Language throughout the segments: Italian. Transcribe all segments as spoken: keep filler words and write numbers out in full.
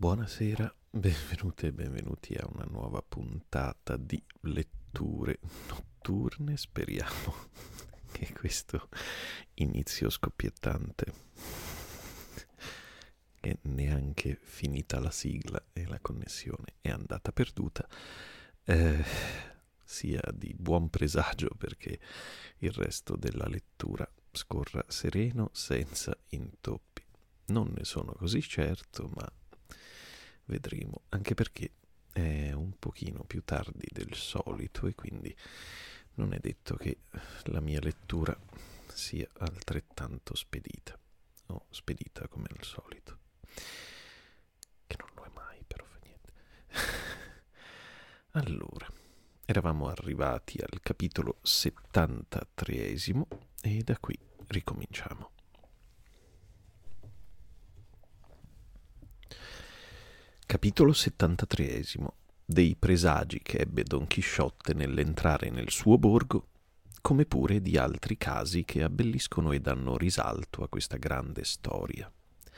Buonasera, benvenute e benvenuti a una nuova puntata di letture notturne. Speriamo che questo inizio scoppiettante, che neanche finita la sigla e la connessione è andata perduta, eh, sia di buon presagio perché il resto della lettura scorra sereno senza intoppi. Non ne sono così certo, ma vedremo, anche perché è un pochino più tardi del solito e quindi non è detto che la mia lettura sia altrettanto spedita, o spedita come al solito, che non lo è mai, però fa niente. Allora, eravamo arrivati al capitolo settantatreesimo e da qui ricominciamo. Capitolo settantatreesimo. Dei presagi che ebbe Don Chisciotte nell'entrare nel suo borgo, come pure di altri casi che abbelliscono e danno risalto a questa grande storia.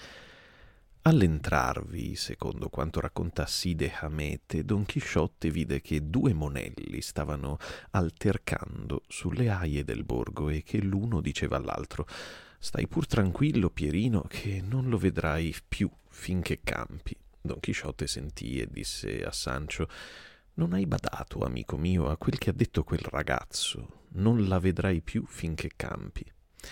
All'entrarvi, secondo quanto racconta Side Hamete, Don Chisciotte vide che due monelli stavano altercando sulle aie del borgo e che l'uno diceva all'altro: «Stai pur tranquillo, Pierino, che non lo vedrai più finché campi». Don Chisciotte sentì e disse a Sancho: «Non hai badato, amico mio, a quel che ha detto quel ragazzo? Non la vedrai più finché campi».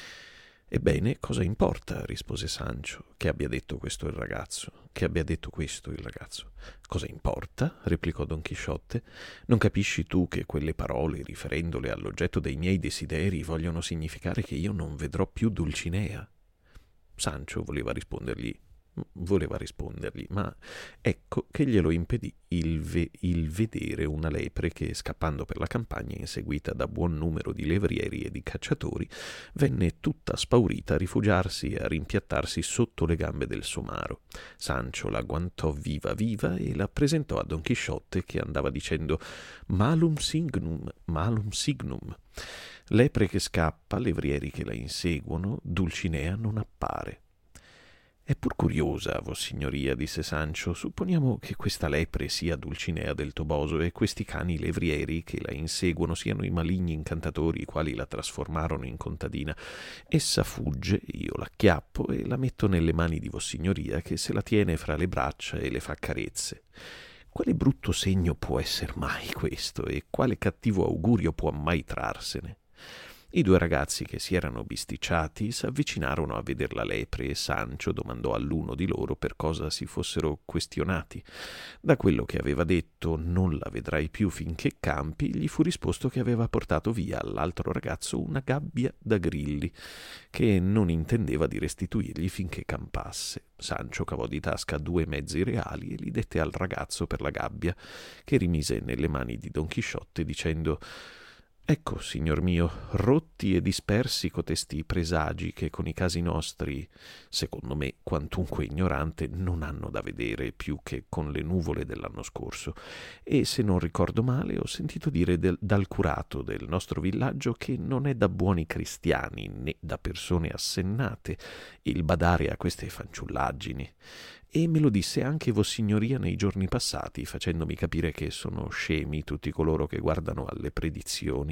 «Ebbene, cosa importa?» rispose Sancho, «che abbia detto questo il ragazzo, che abbia detto questo il ragazzo». «Cosa importa?» replicò Don Chisciotte. «Non capisci tu che quelle parole, riferendole all'oggetto dei miei desideri, vogliono significare che io non vedrò più Dulcinea?» Sancho voleva rispondergli voleva rispondergli, ma ecco che glielo impedì il, ve- il vedere una lepre che, scappando per la campagna inseguita da buon numero di levrieri e di cacciatori, venne tutta spaurita a rifugiarsi e a rimpiattarsi sotto le gambe del somaro. Sancho la guantò viva viva e la presentò a Don Chisciotte, che andava dicendo: «Malum signum, malum signum. Lepre che scappa, levrieri che la inseguono, Dulcinea non appare». «È pur curiosa, vossignoria», disse Sancho. «Supponiamo che questa lepre sia Dulcinea del Toboso e questi cani levrieri che la inseguono siano i maligni incantatori i quali la trasformarono in contadina. Essa fugge, io la acchiappo e la metto nelle mani di vossignoria, che se la tiene fra le braccia e le fa carezze. Quale brutto segno può esser mai questo e quale cattivo augurio può mai trarsene?» I due ragazzi che si erano bisticciati s'avvicinarono a veder la lepre e Sancho domandò all'uno di loro per cosa si fossero questionati. Da quello che aveva detto «non la vedrai più finché campi», gli fu risposto che aveva portato via all'altro ragazzo una gabbia da grilli, che non intendeva di restituirgli finché campasse. Sancho cavò di tasca due mezzi reali e li dette al ragazzo per la gabbia, che rimise nelle mani di Don Chisciotte dicendo: «Ecco, signor mio, rotti e dispersi cotesti presagi che con i casi nostri, secondo me, quantunque ignorante, non hanno da vedere più che con le nuvole dell'anno scorso. E se non ricordo male, ho sentito dire del, dal curato del nostro villaggio che non è da buoni cristiani né da persone assennate il badare a queste fanciullaggini. E me lo disse anche vossignoria nei giorni passati, facendomi capire che sono scemi tutti coloro che guardano alle predizioni.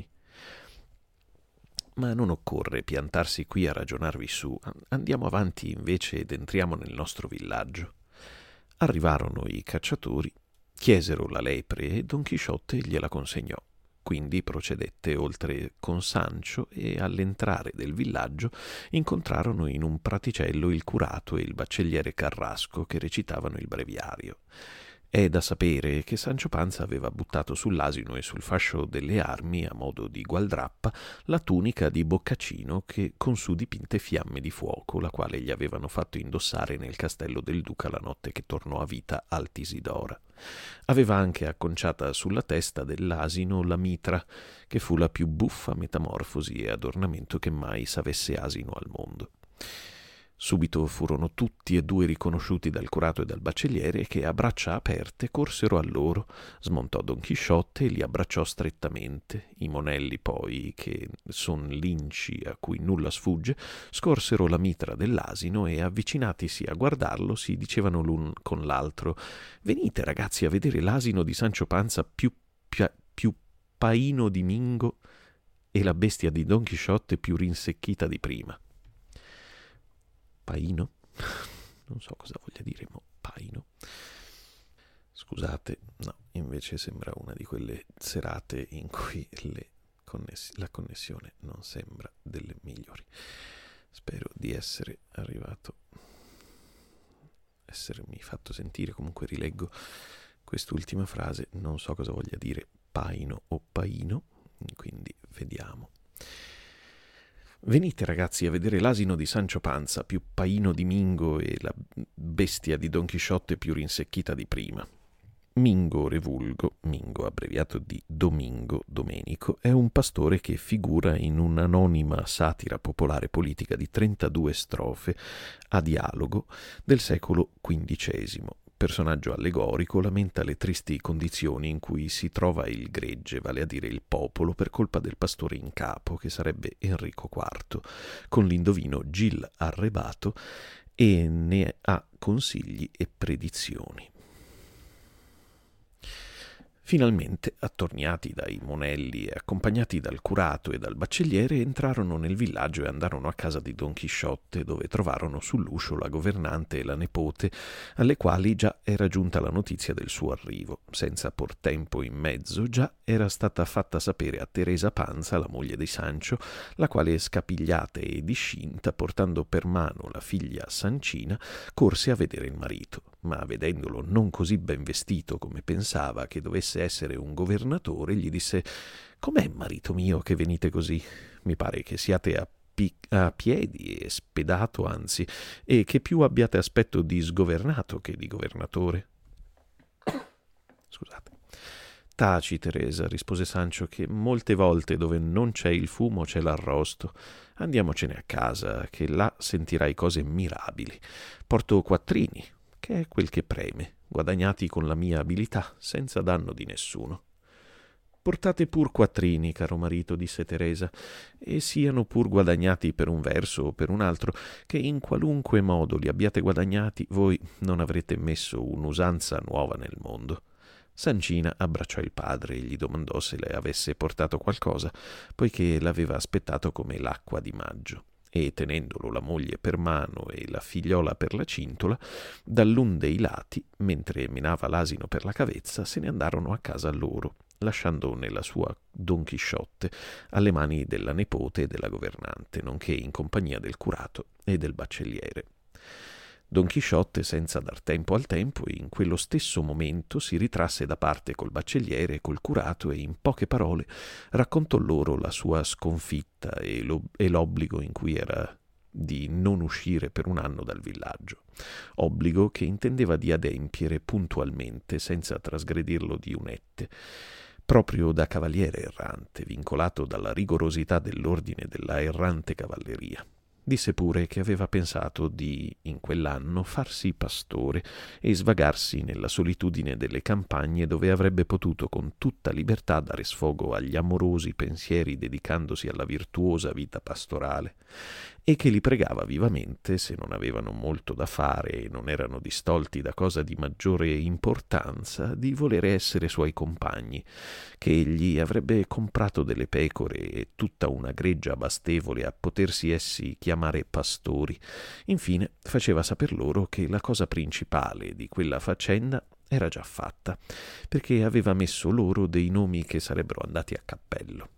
Ma non occorre piantarsi qui a ragionarvi su, andiamo avanti invece ed entriamo nel nostro villaggio». Arrivarono i cacciatori, chiesero la lepre e Don Chisciotte gliela consegnò. Quindi procedette oltre con Sancho e all'entrare del villaggio incontrarono in un praticello il curato e il baccelliere Carrasco che recitavano il breviario. È da sapere che Sancho Panza aveva buttato sull'asino e sul fascio delle armi, a modo di gualdrappa, la tunica di Boccacino che con su dipinte fiamme di fuoco, la quale gli avevano fatto indossare nel castello del duca la notte che tornò a vita Altisidora. Aveva anche acconciata sulla testa dell'asino la mitra, che fu la più buffa metamorfosi e adornamento che mai s'avesse asino al mondo. Subito furono tutti e due riconosciuti dal curato e dal baccelliere che a braccia aperte corsero a loro. Smontò Don Chisciotte e li abbracciò strettamente. I monelli poi, che son linci a cui nulla sfugge, scorsero la mitra dell'asino e avvicinatisi a guardarlo si dicevano l'un con l'altro: «Venite ragazzi a vedere l'asino di Sancio Panza più, pia, più paino di Mingo e la bestia di Don Chisciotte più rinsecchita di prima». Paino? Non so cosa voglia dire, mo paino. Scusate, no, invece sembra una di quelle serate in cui le conness- la connessione non sembra delle migliori. Spero di essere arrivato, essermi fatto sentire. Comunque rileggo quest'ultima frase, non so cosa voglia dire paino o paino, quindi vediamo. «Venite ragazzi a vedere l'asino di Sancio Panza, più paino di Mingo e la bestia di Don Chisciotte più rinsecchita di prima». Mingo Revulgo, Mingo abbreviato di Domingo Domenico, è un pastore che figura in un'anonima satira popolare politica di trentadue strofe a dialogo del secolo quindicesimo. Personaggio allegorico, lamenta le tristi condizioni in cui si trova il gregge, vale a dire il popolo, per colpa del pastore in capo, che sarebbe Enrico quarto, con l'indovino Gil Arrebato, e ne ha consigli e predizioni. Finalmente, attorniati dai monelli e accompagnati dal curato e dal baccelliere, entrarono nel villaggio e andarono a casa di Don Chisciotte, dove trovarono sull'uscio la governante e la nepote, alle quali già era giunta la notizia del suo arrivo. Senza por tempo in mezzo, già era stata fatta sapere a Teresa Panza, la moglie di Sancio, la quale, scapigliata e discinta, portando per mano la figlia Sancina, corse a vedere il marito. Ma vedendolo non così ben vestito come pensava che dovesse essere un governatore, gli disse: «Com'è, marito mio, che venite così? Mi pare che siate a, pi- a piedi e spedato, anzi, e che più abbiate aspetto di sgovernato che di governatore». Scusate. «Taci, Teresa», rispose Sancio, «che molte volte dove non c'è il fumo c'è l'arrosto. Andiamocene a casa, che là sentirai cose mirabili. Porto quattrini, che è quel che preme, guadagnati con la mia abilità, senza danno di nessuno». «Portate pur quattrini, caro marito», disse Teresa, «e siano pur guadagnati per un verso o per un altro, che in qualunque modo li abbiate guadagnati, voi non avrete messo un'usanza nuova nel mondo». Sancina abbracciò il padre e gli domandò se le avesse portato qualcosa, poiché l'aveva aspettato come l'acqua di maggio. E tenendolo la moglie per mano e la figliola per la cintola, dall'un dei lati, mentre menava l'asino per la cavezza, se ne andarono a casa loro, lasciando nella sua Don Chisciotte alle mani della nepote e della governante, nonché in compagnia del curato e del baccelliere. Don Chisciotte, senza dar tempo al tempo, in quello stesso momento si ritrasse da parte col baccelliere e col curato e in poche parole raccontò loro la sua sconfitta e, lo, e l'obbligo in cui era di non uscire per un anno dal villaggio, obbligo che intendeva di adempiere puntualmente senza trasgredirlo di unette, proprio da cavaliere errante, vincolato dalla rigorosità dell'ordine della errante cavalleria. Disse pure che aveva pensato di, in quell'anno, farsi pastore e svagarsi nella solitudine delle campagne, dove avrebbe potuto con tutta libertà dare sfogo agli amorosi pensieri dedicandosi alla virtuosa vita pastorale, e che li pregava vivamente, se non avevano molto da fare e non erano distolti da cosa di maggiore importanza, di volere essere suoi compagni, che egli avrebbe comprato delle pecore e tutta una greggia bastevole a potersi essi chiamare pastori. Infine faceva saper loro che la cosa principale di quella faccenda era già fatta, perché aveva messo loro dei nomi che sarebbero andati a cappello.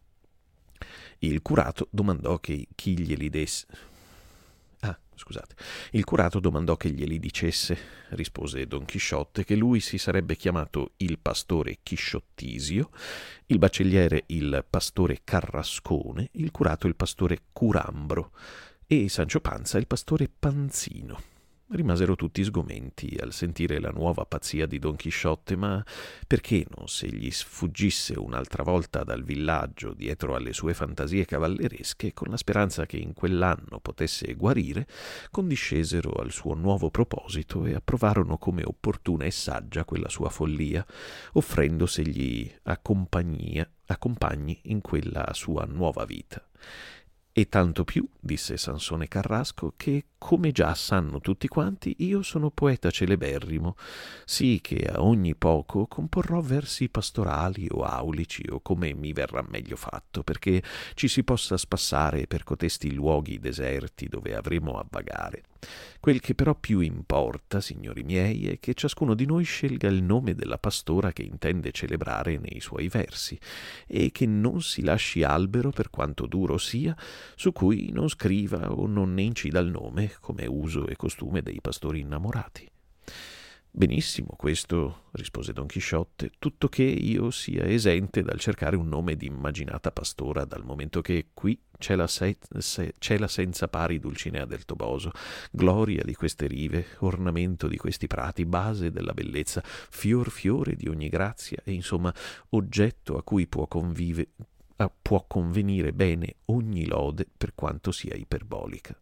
Il curato domandò che chi glieli desse. Ah, scusate. Il curato domandò che glieli dicesse, rispose Don Chisciotte, che lui si sarebbe chiamato il pastore Chisciottisio, il baccelliere il pastore Carrascone, il curato il pastore Curambro e Sancio Panza il pastore Panzino. Rimasero tutti sgomenti al sentire la nuova pazzia di Don Chisciotte, ma perché non se gli sfuggisse un'altra volta dal villaggio dietro alle sue fantasie cavalleresche, con la speranza che in quell'anno potesse guarire, condiscesero al suo nuovo proposito e approvarono come opportuna e saggia quella sua follia, offrendosegli a compagnia, a compagni in quella sua nuova vita. E tanto più, disse Sansone Carrasco, che, come già sanno tutti quanti, io sono poeta celeberrimo, sì che a ogni poco comporrò versi pastorali o aulici o come mi verrà meglio fatto, perché ci si possa spassare per cotesti luoghi deserti dove avremo a vagare. Quel che però più importa, signori miei, è che ciascuno di noi scelga il nome della pastora che intende celebrare nei suoi versi, e che non si lasci albero, per quanto duro sia, su cui non scriva o non ne incida il nome, come uso e costume dei pastori innamorati. Benissimo questo, rispose Don Chisciotte, tutto che io sia esente dal cercare un nome di immaginata pastora, dal momento che qui c'è la, se- se- c'è la senza pari Dulcinea del Toboso, gloria di queste rive, ornamento di questi prati, base della bellezza, fior fiore di ogni grazia e insomma oggetto a cui può convive, a, può convenire bene ogni lode per quanto sia iperbolica.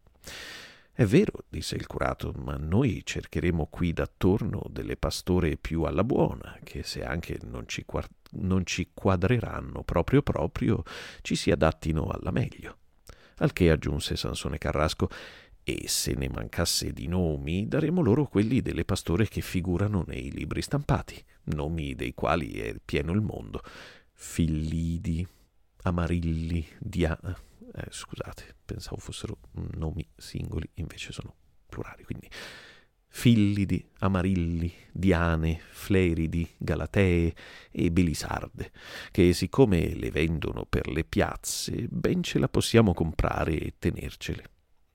È vero, disse il curato, ma noi cercheremo qui d'attorno delle pastore più alla buona, che se anche non ci, quar- non ci quadreranno proprio proprio, ci si adattino alla meglio. Al che aggiunse Sansone Carrasco, e se ne mancasse di nomi, daremo loro quelli delle pastore che figurano nei libri stampati, nomi dei quali è pieno il mondo. Fillidi, Amarilli, Diana... Eh, scusate, pensavo fossero nomi singoli, invece sono plurali, quindi Fillidi, Amarilli, Diane, Fleridi, Galatee e Belisarde, che siccome le vendono per le piazze, ben ce la possiamo comprare e tenercele.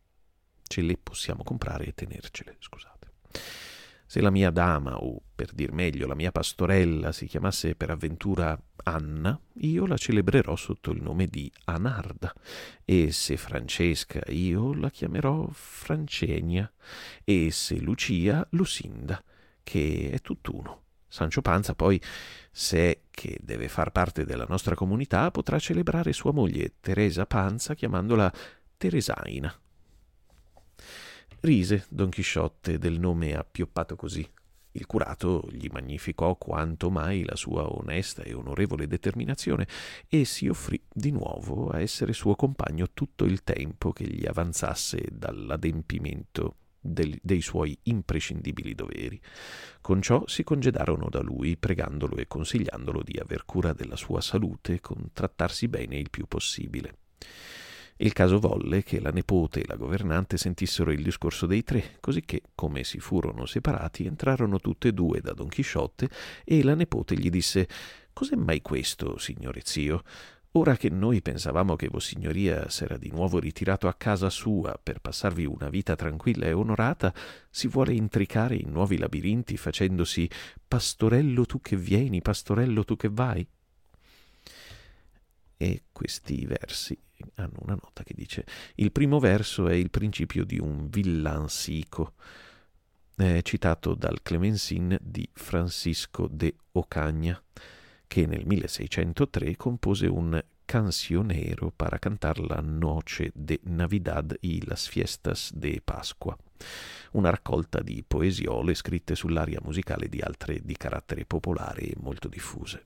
Ce le possiamo comprare e tenercele, scusate. Se la mia dama, o per dir meglio la mia pastorella, si chiamasse per avventura Anna, io la celebrerò sotto il nome di Anarda, e se Francesca, io la chiamerò Francenia, e se Lucia, Lucinda, che è tutt'uno. Sancio Panza poi, se è che deve far parte della nostra comunità, potrà celebrare sua moglie Teresa Panza chiamandola Teresaina. Rise Don Chisciotte del nome appioppato così. Il curato gli magnificò quanto mai la sua onesta e onorevole determinazione e si offrì di nuovo a essere suo compagno tutto il tempo che gli avanzasse dall'adempimento del, dei suoi imprescindibili doveri. Con ciò si congedarono da lui, pregandolo e consigliandolo di aver cura della sua salute e contrattarsi bene il più possibile. Il caso volle che la nepote e la governante sentissero il discorso dei tre, cosicché, come si furono separati, entrarono tutte e due da Don Chisciotte e la nepote gli disse «Cos'è mai questo, signore zio? Ora che noi pensavamo che vossignoria s'era di nuovo ritirato a casa sua per passarvi una vita tranquilla e onorata, si vuole intricare in nuovi labirinti facendosi «Pastorello tu che vieni, pastorello tu che vai?» E questi versi hanno una nota che dice: il primo verso è il principio di un villansico, è citato dal Clemensin di Francisco de Ocaña, che nel milleseicentotre compose un cancionero para cantar la noche de Navidad y las fiestas de Pasqua, una raccolta di poesiole scritte sull'aria musicale di altre di carattere popolare e molto diffuse.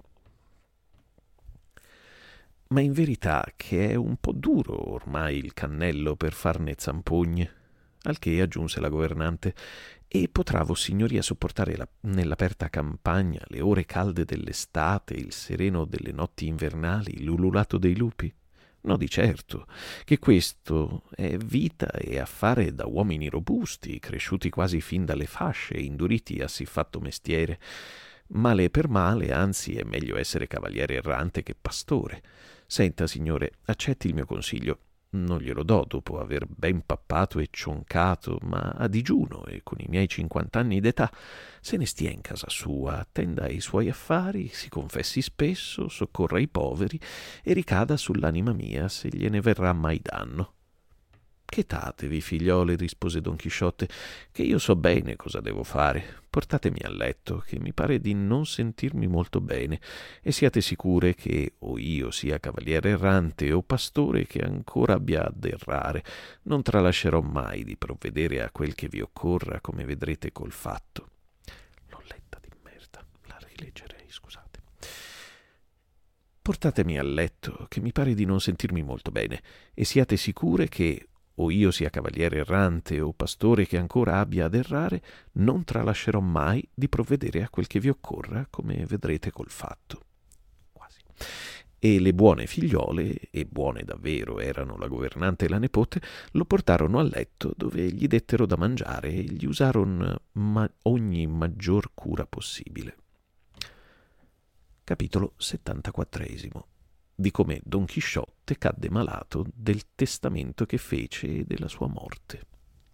Ma in verità che è un po' duro ormai il cannello per farne zampogne, al che aggiunse la governante, e potrà vossignoria sopportare la, nell'aperta campagna le ore calde dell'estate, il sereno delle notti invernali, l'ululato dei lupi? No, di certo, che questo è vita e affare da uomini robusti, cresciuti quasi fin dalle fasce e induriti a siffatto mestiere. Male per male, anzi è meglio essere cavaliere errante che pastore. Senta, signore, accetti il mio consiglio. Non glielo do dopo aver ben pappato e cioncato, ma a digiuno e con i miei cinquant'anni d'età se ne stia in casa sua, attenda ai suoi affari, si confessi spesso, soccorra i poveri e ricada sull'anima mia se gliene verrà mai danno. «Chetatevi, figliole», rispose Don Chisciotte, «che io so bene cosa devo fare. Portatemi a letto, che mi pare di non sentirmi molto bene, e siate sicure che o io sia cavaliere errante o pastore che ancora abbia ad errare, non tralascerò mai di provvedere a quel che vi occorra, come vedrete col fatto». L'ho letta di merda, la rileggerei, scusate. «Portatemi a letto, che mi pare di non sentirmi molto bene, e siate sicure che o io sia cavaliere errante o pastore che ancora abbia ad errare, non tralascerò mai di provvedere a quel che vi occorra, come vedrete col fatto». Quasi. E le buone figliole, e buone davvero erano la governante e la nepote, lo portarono a letto, dove gli dettero da mangiare e gli usarono ma- ogni maggior cura possibile. Capitolo settantaquattresimo. Di come Don Chisciotte cadde malato del testamento che fece e della sua morte.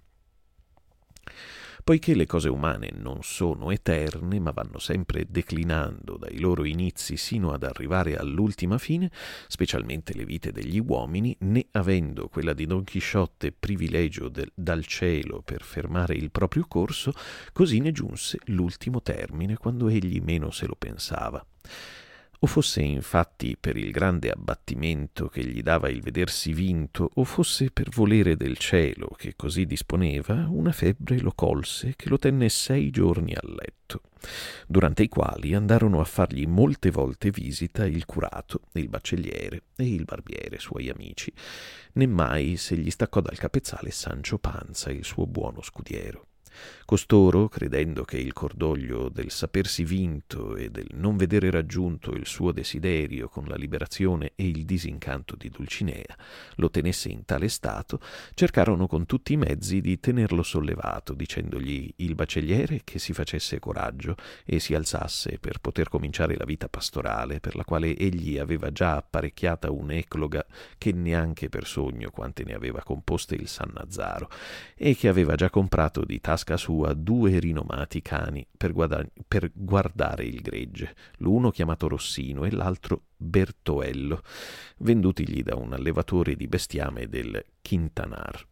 Poiché le cose umane non sono eterne, ma vanno sempre declinando dai loro inizi sino ad arrivare all'ultima fine, specialmente le vite degli uomini, né avendo quella di Don Chisciotte privilegio del, dal cielo per fermare il proprio corso, così ne giunse l'ultimo termine quando egli meno se lo pensava. O fosse infatti per il grande abbattimento che gli dava il vedersi vinto, o fosse per volere del cielo che così disponeva, una febbre lo colse che lo tenne sei giorni a letto, durante i quali andarono a fargli molte volte visita il curato, il baccelliere e il barbiere, suoi amici, né mai se gli staccò dal capezzale Sancio Panza, il suo buono scudiero. Costoro, credendo che il cordoglio del sapersi vinto e del non vedere raggiunto il suo desiderio con la liberazione e il disincanto di Dulcinea, lo tenesse in tale stato, cercarono con tutti i mezzi di tenerlo sollevato, dicendogli il baccelliere che si facesse coraggio e si alzasse per poter cominciare la vita pastorale, per la quale egli aveva già apparecchiata un'ecloga che neanche per sogno quante ne aveva composte il Sannazzaro, e che aveva già comprato di tasca sua due rinomati cani per, guada- per guardare il gregge, l'uno chiamato Rossino e l'altro Bertoello, vendutigli da un allevatore di bestiame del Quintanar.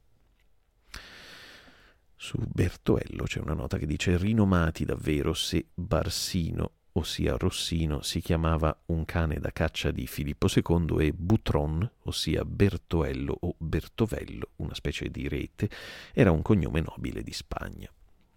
Su Bertoello c'è una nota che dice rinomati davvero se Barsino, ossia Rossino, si chiamava un cane da caccia di Filippo secondo, e Butron, ossia Bertoello o Bertovello, una specie di rete, era un cognome nobile di Spagna.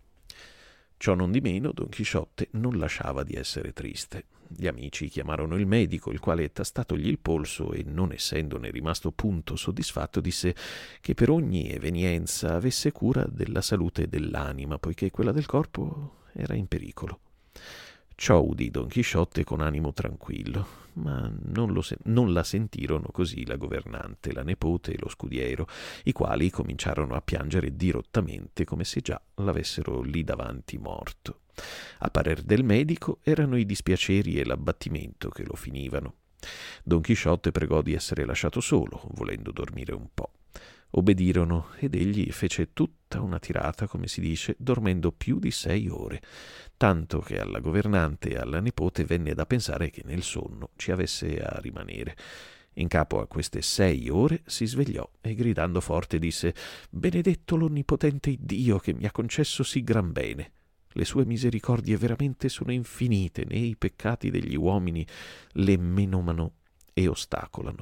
Ciò non di meno, Don Chisciotte non lasciava di essere triste. Gli amici chiamarono il medico, il quale, tastatogli il polso e non essendone rimasto punto soddisfatto, disse che per ogni evenienza avesse cura della salute dell'anima, poiché quella del corpo era in pericolo. Ciò udì Don Chisciotte con animo tranquillo, ma non, lo se- non la sentirono così la governante, la nepote e lo scudiero, i quali cominciarono a piangere dirottamente come se già l'avessero lì davanti morto. A parer del medico erano i dispiaceri e l'abbattimento che lo finivano. Don Chisciotte pregò di essere lasciato solo, volendo dormire un po'. Obbedirono ed egli fece tutta una tirata, come si dice, dormendo più di sei ore, tanto che alla governante e alla nepote venne da pensare che nel sonno ci avesse a rimanere. In capo a queste sei ore si svegliò e gridando forte disse: «Benedetto l'onnipotente Iddio che mi ha concesso sì gran bene. Le sue misericordie veramente sono infinite, né i peccati degli uomini le menomano e ostacolano».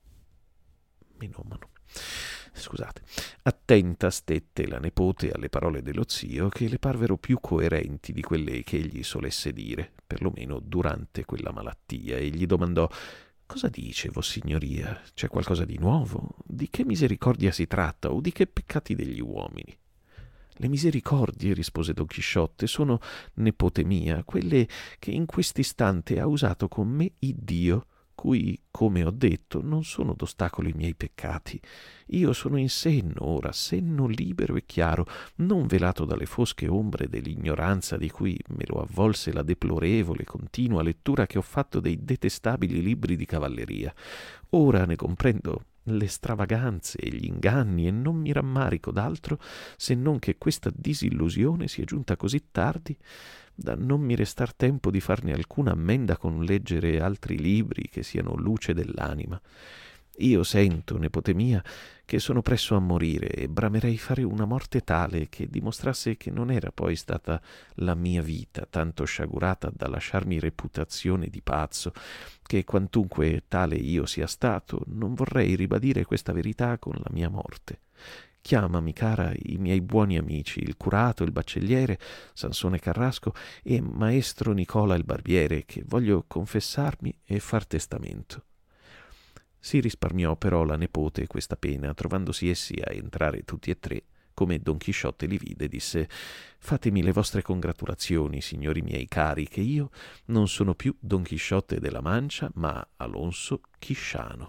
Menomano. Scusate. Attenta stette la nepote alle parole dello zio, che le parvero più coerenti di quelle che egli solesse dire, perlomeno durante quella malattia, e gli domandò: «Cosa dice vossignoria? C'è qualcosa di nuovo? Di che misericordia si tratta, o di che peccati degli uomini?» «Le misericordie», rispose Don Chisciotte, «sono, nepote mia, quelle che in quest'istante ha usato con me Iddio, cui, come ho detto, non sono d'ostacolo i miei peccati. Io sono in senno ora, senno libero e chiaro, non velato dalle fosche ombre dell'ignoranza di cui me lo avvolse la deplorevole continua lettura che ho fatto dei detestabili libri di cavalleria. Ora ne comprendo le stravaganze e gli inganni, e non mi rammarico d'altro se non che questa disillusione sia giunta così tardi da non mi restar tempo di farne alcuna ammenda con leggere altri libri che siano luce dell'anima. Io sento, nepote mia, che sono presso a morire e bramerei fare una morte tale che dimostrasse che non era poi stata la mia vita tanto sciagurata da lasciarmi reputazione di pazzo, che quantunque tale io sia stato, non vorrei ribadire questa verità con la mia morte. Chiamami, cara, i miei buoni amici, il curato, il baccelliere, Sansone Carrasco e maestro Nicola il barbiere, che voglio confessarmi e far testamento. Si risparmiò però la nepote questa pena, trovandosi essi a entrare tutti e tre. Come Don Chisciotte li vide, disse: «Fatemi le vostre congratulazioni, signori miei cari, che io non sono più Don Chisciotte della Mancia, ma Alonso Chisciano»,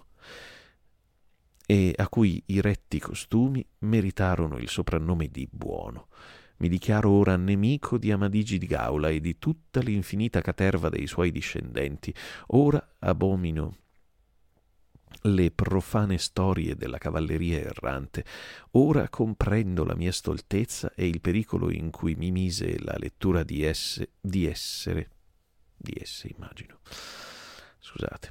e a cui i retti costumi meritarono il soprannome di Buono. Mi dichiaro ora nemico di Amadigi di Gaula e di tutta l'infinita caterva dei suoi discendenti. Ora abomino le profane storie della cavalleria errante. Ora comprendo la mia stoltezza e il pericolo in cui mi mise la lettura di esse, di essere, di esse, immagino. Scusate.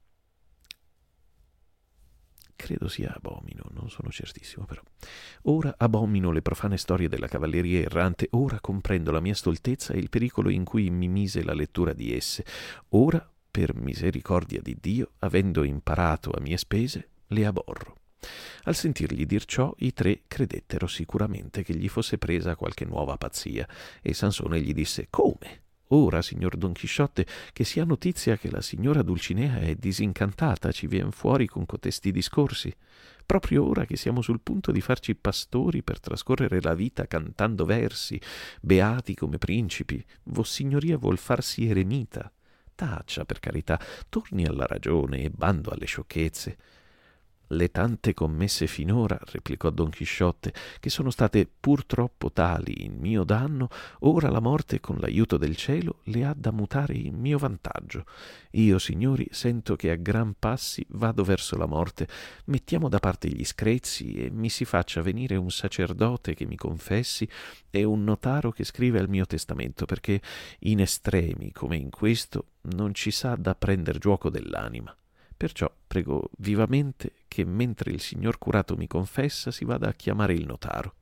Credo sia abomino, non sono certissimo però. Ora abomino le profane storie della cavalleria errante, ora comprendo la mia stoltezza e il pericolo in cui mi mise la lettura di esse. Ora, per misericordia di Dio, avendo imparato a mie spese, le aborro. Al sentirgli dir ciò, i tre credettero sicuramente che gli fosse presa qualche nuova pazzia, e Sansone gli disse: «Come? Ora, signor Don Chisciotte, che si ha notizia che la signora Dulcinea è disincantata, ci vien fuori con cotesti discorsi? Proprio ora che siamo sul punto di farci pastori per trascorrere la vita cantando versi, beati come principi, vossignoria vuol farsi eremita. Taccia, per carità, torni alla ragione e bando alle sciocchezze». «Le tante commesse finora», replicò Don Chisciotte, «che sono state purtroppo tali in mio danno, ora la morte con l'aiuto del cielo le ha da mutare in mio vantaggio. Io, signori, sento che a gran passi vado verso la morte. Mettiamo da parte gli screzi e mi si faccia venire un sacerdote che mi confessi e un notaro che scrive al mio testamento, perché in estremi come in questo non ci sa da prender giuoco dell'anima. Perciò prego vivamente che mentre il signor curato mi confessa si vada a chiamare il notaro».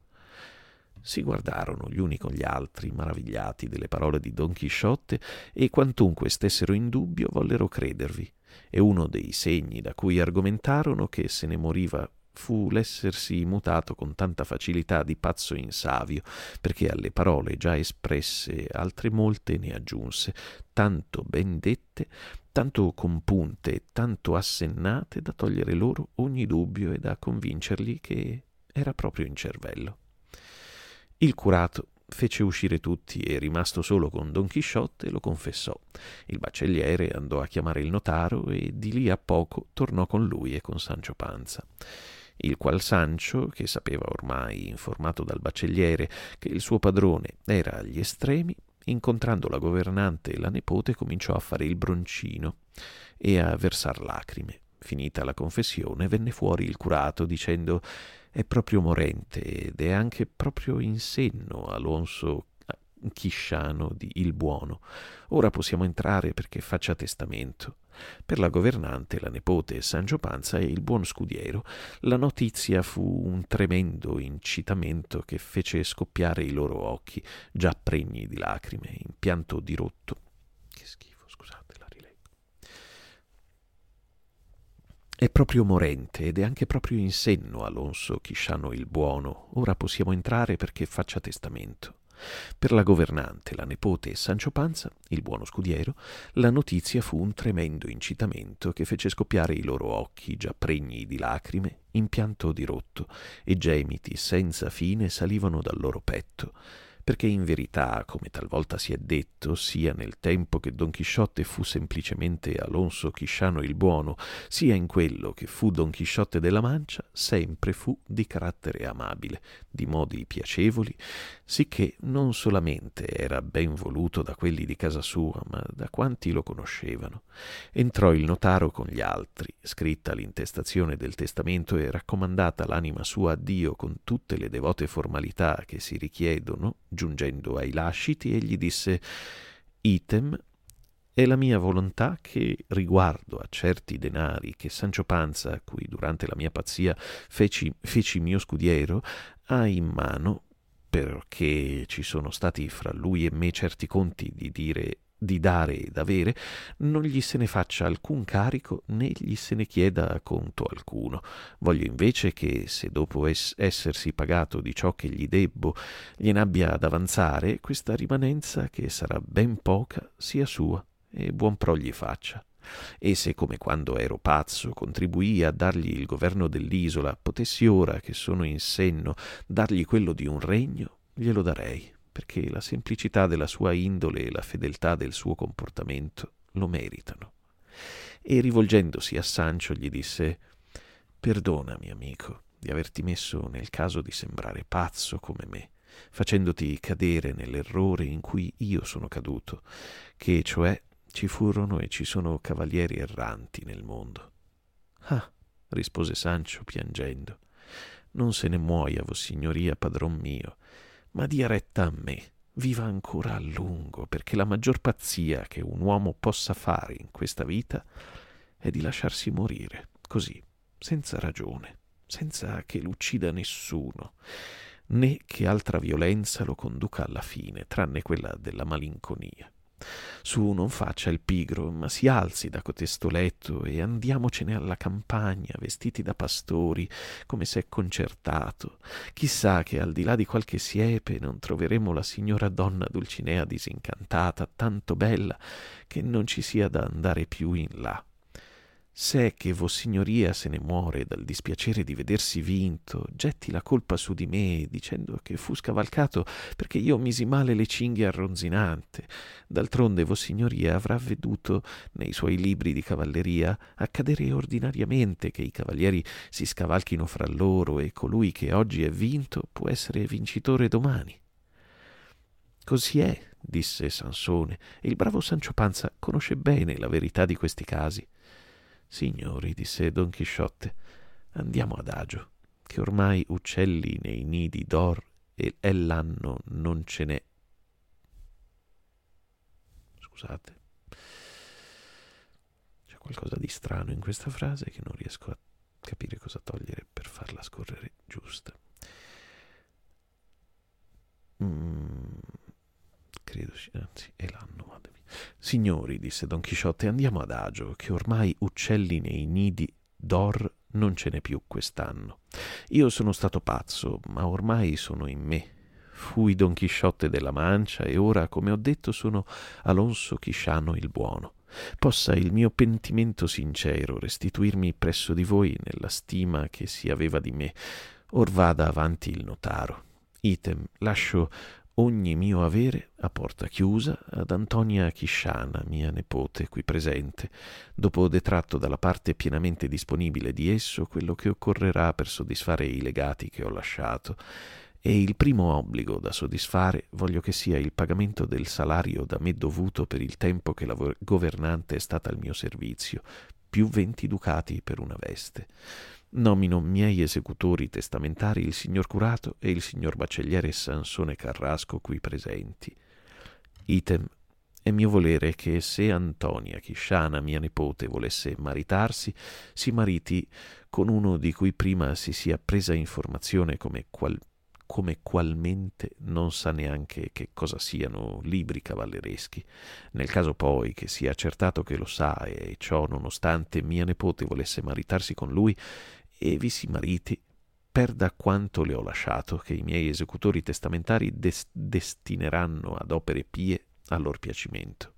Si guardarono gli uni con gli altri, maravigliati delle parole di Don Chisciotte, e quantunque stessero in dubbio vollero credervi, e uno dei segni da cui argomentarono che se ne moriva fu l'essersi mutato con tanta facilità di pazzo in savio, perché alle parole già espresse altre molte ne aggiunse, tanto ben dette, tanto compunte e tanto assennate da togliere loro ogni dubbio e da convincerli che era proprio in cervello. Il curato fece uscire tutti e, rimasto solo con Don Chisciotte, lo confessò. Il baccelliere andò a chiamare il notaro e di lì a poco tornò con lui e con Sancio Panza, il qual Sancio, che sapeva ormai, informato dal baccelliere, che il suo padrone era agli estremi, incontrando la governante e la nepote, cominciò a fare il broncino e a versar lacrime. Finita la confessione, venne fuori il curato dicendo: «È proprio morente ed è anche proprio in senno Alonso Chisciano di il Buono. Ora possiamo entrare perché faccia testamento». Per la governante, la nepote, Sancio Panza e il buon scudiero, la notizia fu un tremendo incitamento che fece scoppiare i loro occhi, già pregni di lacrime, in pianto dirotto. Che schifo, scusate, la rileggo. «È proprio morente ed è anche proprio in senno Alonso Chisciano il Buono. Ora possiamo entrare perché faccia testamento». Per la governante, la nepote e Sancio Panza, il buono scudiero, la notizia fu un tremendo incitamento che fece scoppiare i loro occhi, già pregni di lacrime, in pianto dirotto, e gemiti senza fine salivano dal loro petto, perché in verità, come talvolta si è detto, sia nel tempo che Don Chisciotte fu semplicemente Alonso Chisciano il Buono, sia in quello che fu Don Chisciotte della Mancia, sempre fu di carattere amabile, di modi piacevoli, sicché non solamente era ben voluto da quelli di casa sua, ma da quanti lo conoscevano. Entrò il notaro con gli altri, scritta l'intestazione del testamento e raccomandata l'anima sua a Dio con tutte le devote formalità che si richiedono. Giungendo ai lasciti, egli disse: «Item, È la mia volontà che, riguardo a certi denari che Sancio Panza, cui durante la mia pazzia feci, feci mio scudiero, ha in mano, perché ci sono stati fra lui e me certi conti di dire di dare ed avere, non gli se ne faccia alcun carico né gli se ne chieda conto alcuno. Voglio invece che, se dopo es- essersi pagato di ciò che gli debbo, glien'abbia ad avanzare, questa rimanenza, che sarà ben poca, sia sua, e buon pro gli faccia. E se, come quando ero pazzo, contribuii a dargli il governo dell'isola, potessi ora, che sono in senno, dargli quello di un regno, glielo darei, perché la semplicità della sua indole e la fedeltà del suo comportamento lo meritano. E rivolgendosi a Sancio gli disse: «Perdonami, amico, di averti messo nel caso di sembrare pazzo come me, facendoti cadere nell'errore in cui io sono caduto, che cioè ci furono e ci sono cavalieri erranti nel mondo». «Ah», rispose Sancio piangendo, «non se ne muoia vossignoria, padron mio, ma dia retta a me, viva ancora a lungo, perché la maggior pazzia che un uomo possa fare in questa vita è di lasciarsi morire, così, senza ragione, senza che l'uccida nessuno, né che altra violenza lo conduca alla fine, tranne quella della malinconia. Su, non faccia il pigro, ma si alzi da cotesto letto e andiamocene alla campagna, vestiti da pastori, come s'è concertato. Chissà che al di là di qualche siepe non troveremo la signora donna Dulcinea disincantata, tanto bella che non ci sia da andare più in là. Se è che vossignoria se ne muore dal dispiacere di vedersi vinto, getti la colpa su di me, dicendo che fu scavalcato perché io misi male le cinghie al ronzinante. D'altronde vossignoria avrà veduto nei suoi libri di cavalleria accadere ordinariamente che i cavalieri si scavalchino fra loro e colui che oggi è vinto può essere vincitore domani». «Così è», disse Sansone, «e il bravo Sancio Panza conosce bene la verità di questi casi». «Signori», disse Don Chisciotte, «andiamo adagio, che ormai uccelli nei nidi d'or e è l'anno non ce n'è». Scusate, c'è qualcosa di strano in questa frase che non riesco a capire cosa togliere per farla scorrere giusta. Mm, credo, anzi, è l'anno, madre mia. «Signori», disse Don Chisciotte, «andiamo adagio, che ormai uccelli nei nidi d'or non ce n'è più quest'anno. Io sono stato pazzo, ma ormai sono in me. Fui Don Chisciotte della Mancia e ora, come ho detto, sono Alonso Chisciano il Buono. Possa il mio pentimento sincero restituirmi presso di voi nella stima che si aveva di me. Or vada avanti il notaro. Item, lascio ogni mio avere a porta chiusa ad Antonia Chisciana, mia nepote, qui presente, dopo detratto dalla parte pienamente disponibile di esso quello che occorrerà per soddisfare i legati che ho lasciato, e il primo obbligo da soddisfare voglio che sia il pagamento del salario da me dovuto per il tempo che la governante è stata al mio servizio, più venti ducati per una veste. Nomino miei esecutori testamentari il signor curato e il signor baccelliere Sansone Carrasco qui presenti. Item, è mio volere che se Antonia Chisciana, mia nepote, volesse maritarsi, si mariti con uno di cui prima si sia presa informazione come qual come qualmente non sa neanche che cosa siano libri cavallereschi. Nel caso poi che sia accertato che lo sa e ciò nonostante mia nepote volesse maritarsi con lui e vi si mariti, perda quanto le ho lasciato, che i miei esecutori testamentari des- destineranno ad opere pie a lor piacimento.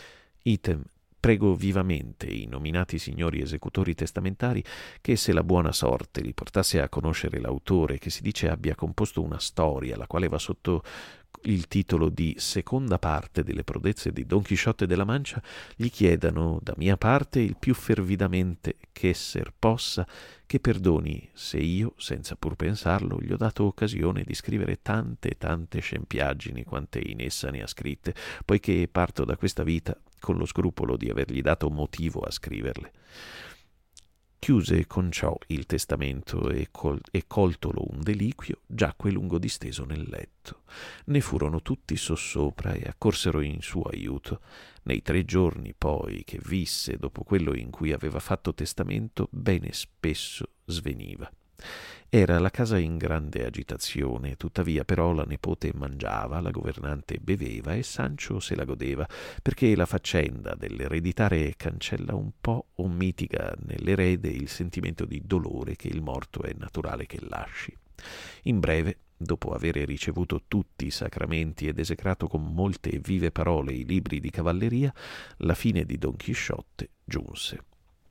Item, prego vivamente i nominati signori esecutori testamentari che, se la buona sorte li portasse a conoscere l'autore, che si dice abbia composto una storia la quale va sotto il titolo di Seconda parte delle prodezze di Don Chisciotte della Mancia, gli chiedano da mia parte il più fervidamente che esser possa che perdoni se io, senza pur pensarlo, gli ho dato occasione di scrivere tante e tante scempiaggini quante in essa ne ha scritte, poiché parto da questa vita con lo scrupolo di avergli dato motivo a scriverle. chiuse con ciò il testamento e, col- e coltolo un deliquio, giacque lungo disteso nel letto. Ne furono tutti sossopra e accorsero in suo aiuto. Nei tre giorni poi che visse dopo quello in cui aveva fatto testamento, bene spesso sveniva. Era la casa in grande agitazione, tuttavia però la nepote mangiava, la governante beveva e Sancho se la godeva, perché la faccenda dell'ereditare cancella un po' o mitiga nell'erede il sentimento di dolore che il morto è naturale che lasci. In breve, dopo avere ricevuto tutti i sacramenti ed esecrato con molte e vive parole i libri di cavalleria, la fine di Don Chisciotte giunse.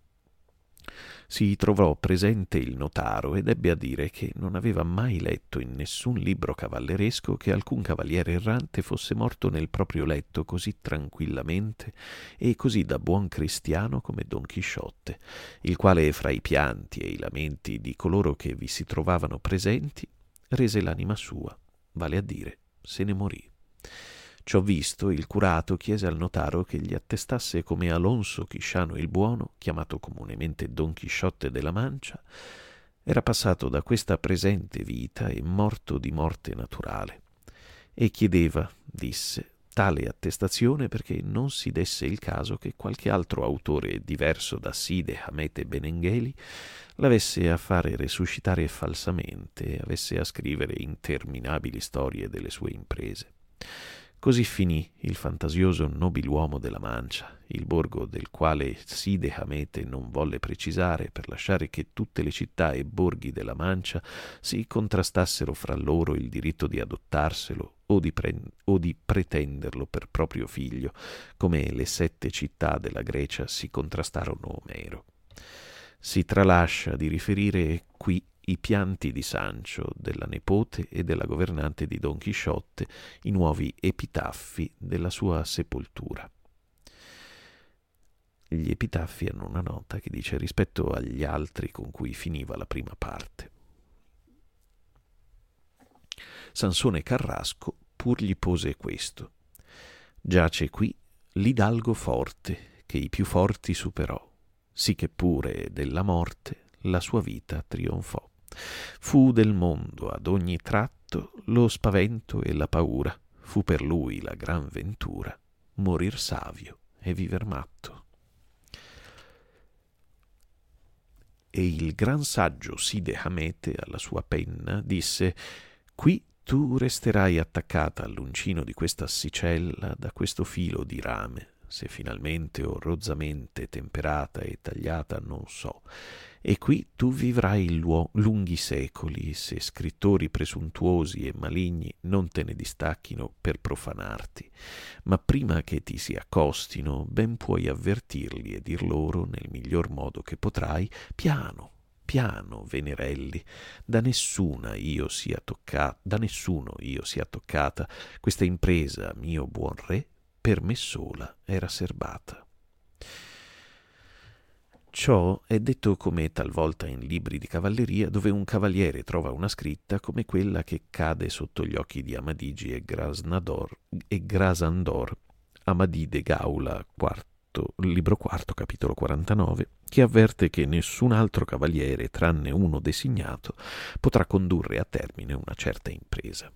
Si trovò presente il notaro ed ebbe a dire che non aveva mai letto in nessun libro cavalleresco che alcun cavaliere errante fosse morto nel proprio letto così tranquillamente e così da buon cristiano come Don Chisciotte, il quale fra i pianti e i lamenti di coloro che vi si trovavano presenti rese l'anima sua, vale a dire se ne morì. Ciò visto, il curato chiese al notaro che gli attestasse come Alonso Chisciano il Buono, chiamato comunemente Don Chisciotte della Mancia, era passato da questa presente vita e morto di morte naturale, e chiedeva, disse, tale attestazione perché non si desse il caso che qualche altro autore diverso da Side Hamete Benengeli l'avesse a fare resuscitare falsamente e avesse a scrivere interminabili storie delle sue imprese. Così finì il fantasioso nobiluomo della Mancia, il borgo del quale Side Hamete non volle precisare per lasciare che tutte le città e borghi della Mancia si contrastassero fra loro il diritto di adottarselo o di, pre- o di pretenderlo per proprio figlio, come le sette città della Grecia si contrastarono Omero. Si tralascia di riferire qui i pianti di Sancho, della nepote e della governante di Don Chisciotte, i nuovi epitaffi della sua sepoltura. Gli epitaffi hanno una nota che dice rispetto agli altri con cui finiva la prima parte. Sansone Carrasco pur gli pose questo: giace qui l'idalgo forte che i più forti superò, sì che pure della morte la sua vita trionfò. Fu del mondo ad ogni tratto lo spavento e la paura, fu per lui la gran ventura morir savio e viver matto. E il gran saggio Side Hamete alla sua penna disse: qui tu resterai attaccata all'uncino di questa assicella da questo filo di rame, se finalmente o rozzamente temperata e tagliata non so, e qui tu vivrai luo- lunghi secoli, se scrittori presuntuosi e maligni non te ne distacchino per profanarti, ma prima che ti si accostino ben puoi avvertirli e dir loro nel miglior modo che potrai: piano, piano, venerelli, da nessuna io sia toccata, da nessuno io sia toccata, questa impresa, mio buon re, per me sola era serbata. Ciò è detto come talvolta in libri di cavalleria, dove un cavaliere trova una scritta come quella che cade sotto gli occhi di Amadigi e Grasnador e Grasandor, Amadì de Gaula, quarto, libro quarto, capitolo quarantanove, che avverte che nessun altro cavaliere, tranne uno designato, potrà condurre a termine una certa impresa.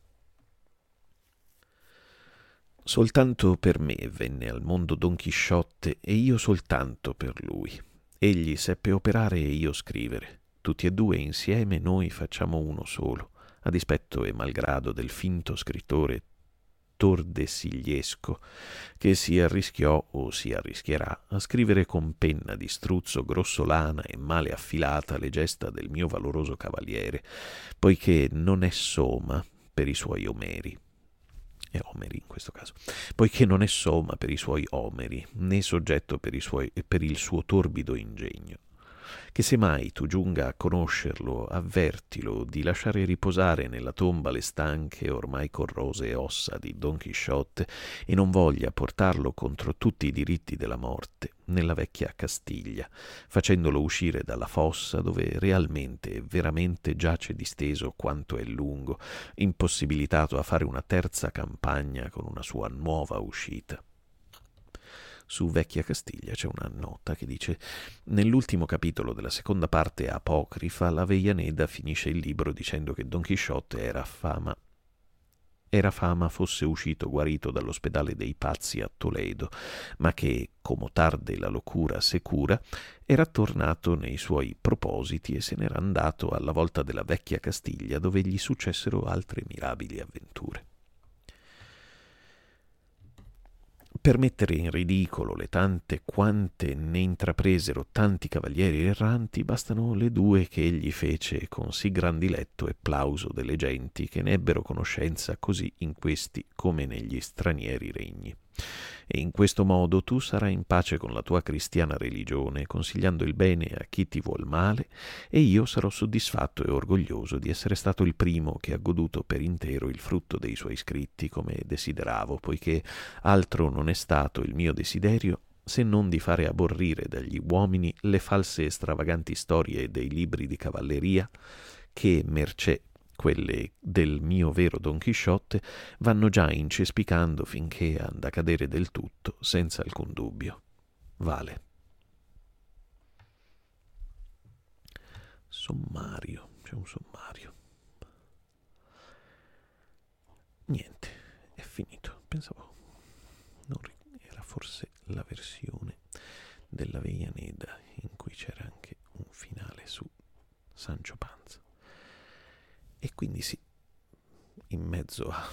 Soltanto per me venne al mondo Don Chisciotte e io soltanto per lui. Egli seppe operare e io scrivere. Tutti e due insieme noi facciamo uno solo, a dispetto e malgrado del finto scrittore Tordesigliesco, che si arrischiò o si arrischierà a scrivere con penna di struzzo grossolana e male affilata le gesta del mio valoroso cavaliere, poiché non è soma per i suoi omeri. E omeri in questo caso, poiché non è somma per i suoi omeri, né soggetto per, i suoi, per il suo torbido ingegno. Che se mai tu giunga a conoscerlo, avvertilo di lasciare riposare nella tomba le stanche, ormai corrose ossa di Don Chisciotte e non voglia portarlo contro tutti i diritti della morte nella vecchia Castiglia, facendolo uscire dalla fossa dove realmente e veramente giace disteso quanto è lungo, impossibilitato a fare una terza campagna con una sua nuova uscita. Su Vecchia Castiglia c'è una nota che dice: nell'ultimo capitolo della seconda parte apocrifa, l'Avellaneda finisce il libro dicendo che Don Chisciotte era fama Era fama fosse uscito guarito dall'ospedale dei pazzi a Toledo, ma che, come tarde la locura secura, era tornato nei suoi propositi e se n'era andato alla volta della Vecchia Castiglia, dove gli successero altre mirabili avventure. Per mettere in ridicolo le tante quante ne intrapresero tanti cavalieri erranti, bastano le due che egli fece con sì gran diletto e plauso delle genti, che ne ebbero conoscenza così in questi come negli stranieri regni. E in questo modo tu sarai in pace con la tua cristiana religione, consigliando il bene a chi ti vuol male, e io sarò soddisfatto e orgoglioso di essere stato il primo che ha goduto per intero il frutto dei suoi scritti come desideravo, poiché altro non è stato il mio desiderio se non di fare aborrire dagli uomini le false e stravaganti storie dei libri di cavalleria che, mercé quelle del mio vero Don Chisciotte, vanno già incespicando finché han da cadere del tutto, senza alcun dubbio. Vale. Sommario, c'è un sommario. Niente, è finito. Pensavo non era forse la versione dell'Avellaneda in cui c'era anche un finale su Sancho Panza. E quindi sì, in mezzo a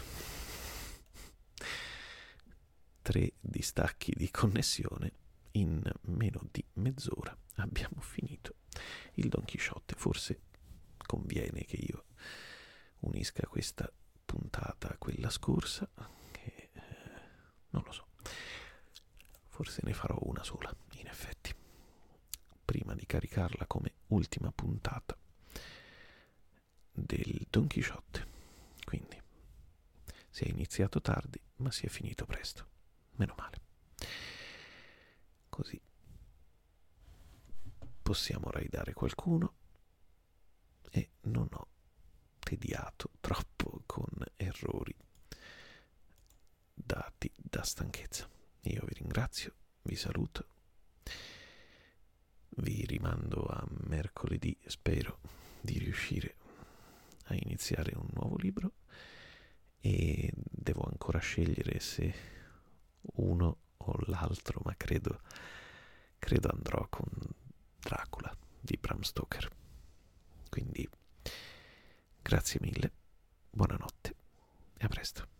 tre distacchi di connessione, in meno di mezz'ora abbiamo finito il Don Chisciotte. Forse conviene che io unisca questa puntata a quella scorsa, che eh, non lo so, forse ne farò una sola, in effetti, prima di caricarla come ultima puntata del Don Chisciotte. Quindi si è iniziato tardi, ma si è finito presto. Meno male. Così possiamo raidare qualcuno e non ho tediato troppo con errori dati da stanchezza. Io vi ringrazio, vi saluto, vi rimando a mercoledì, spero di riuscire a iniziare un nuovo libro e devo ancora scegliere se uno o l'altro, ma credo credo andrò con Dracula di Bram Stoker. Quindi grazie mille, buonanotte e a presto.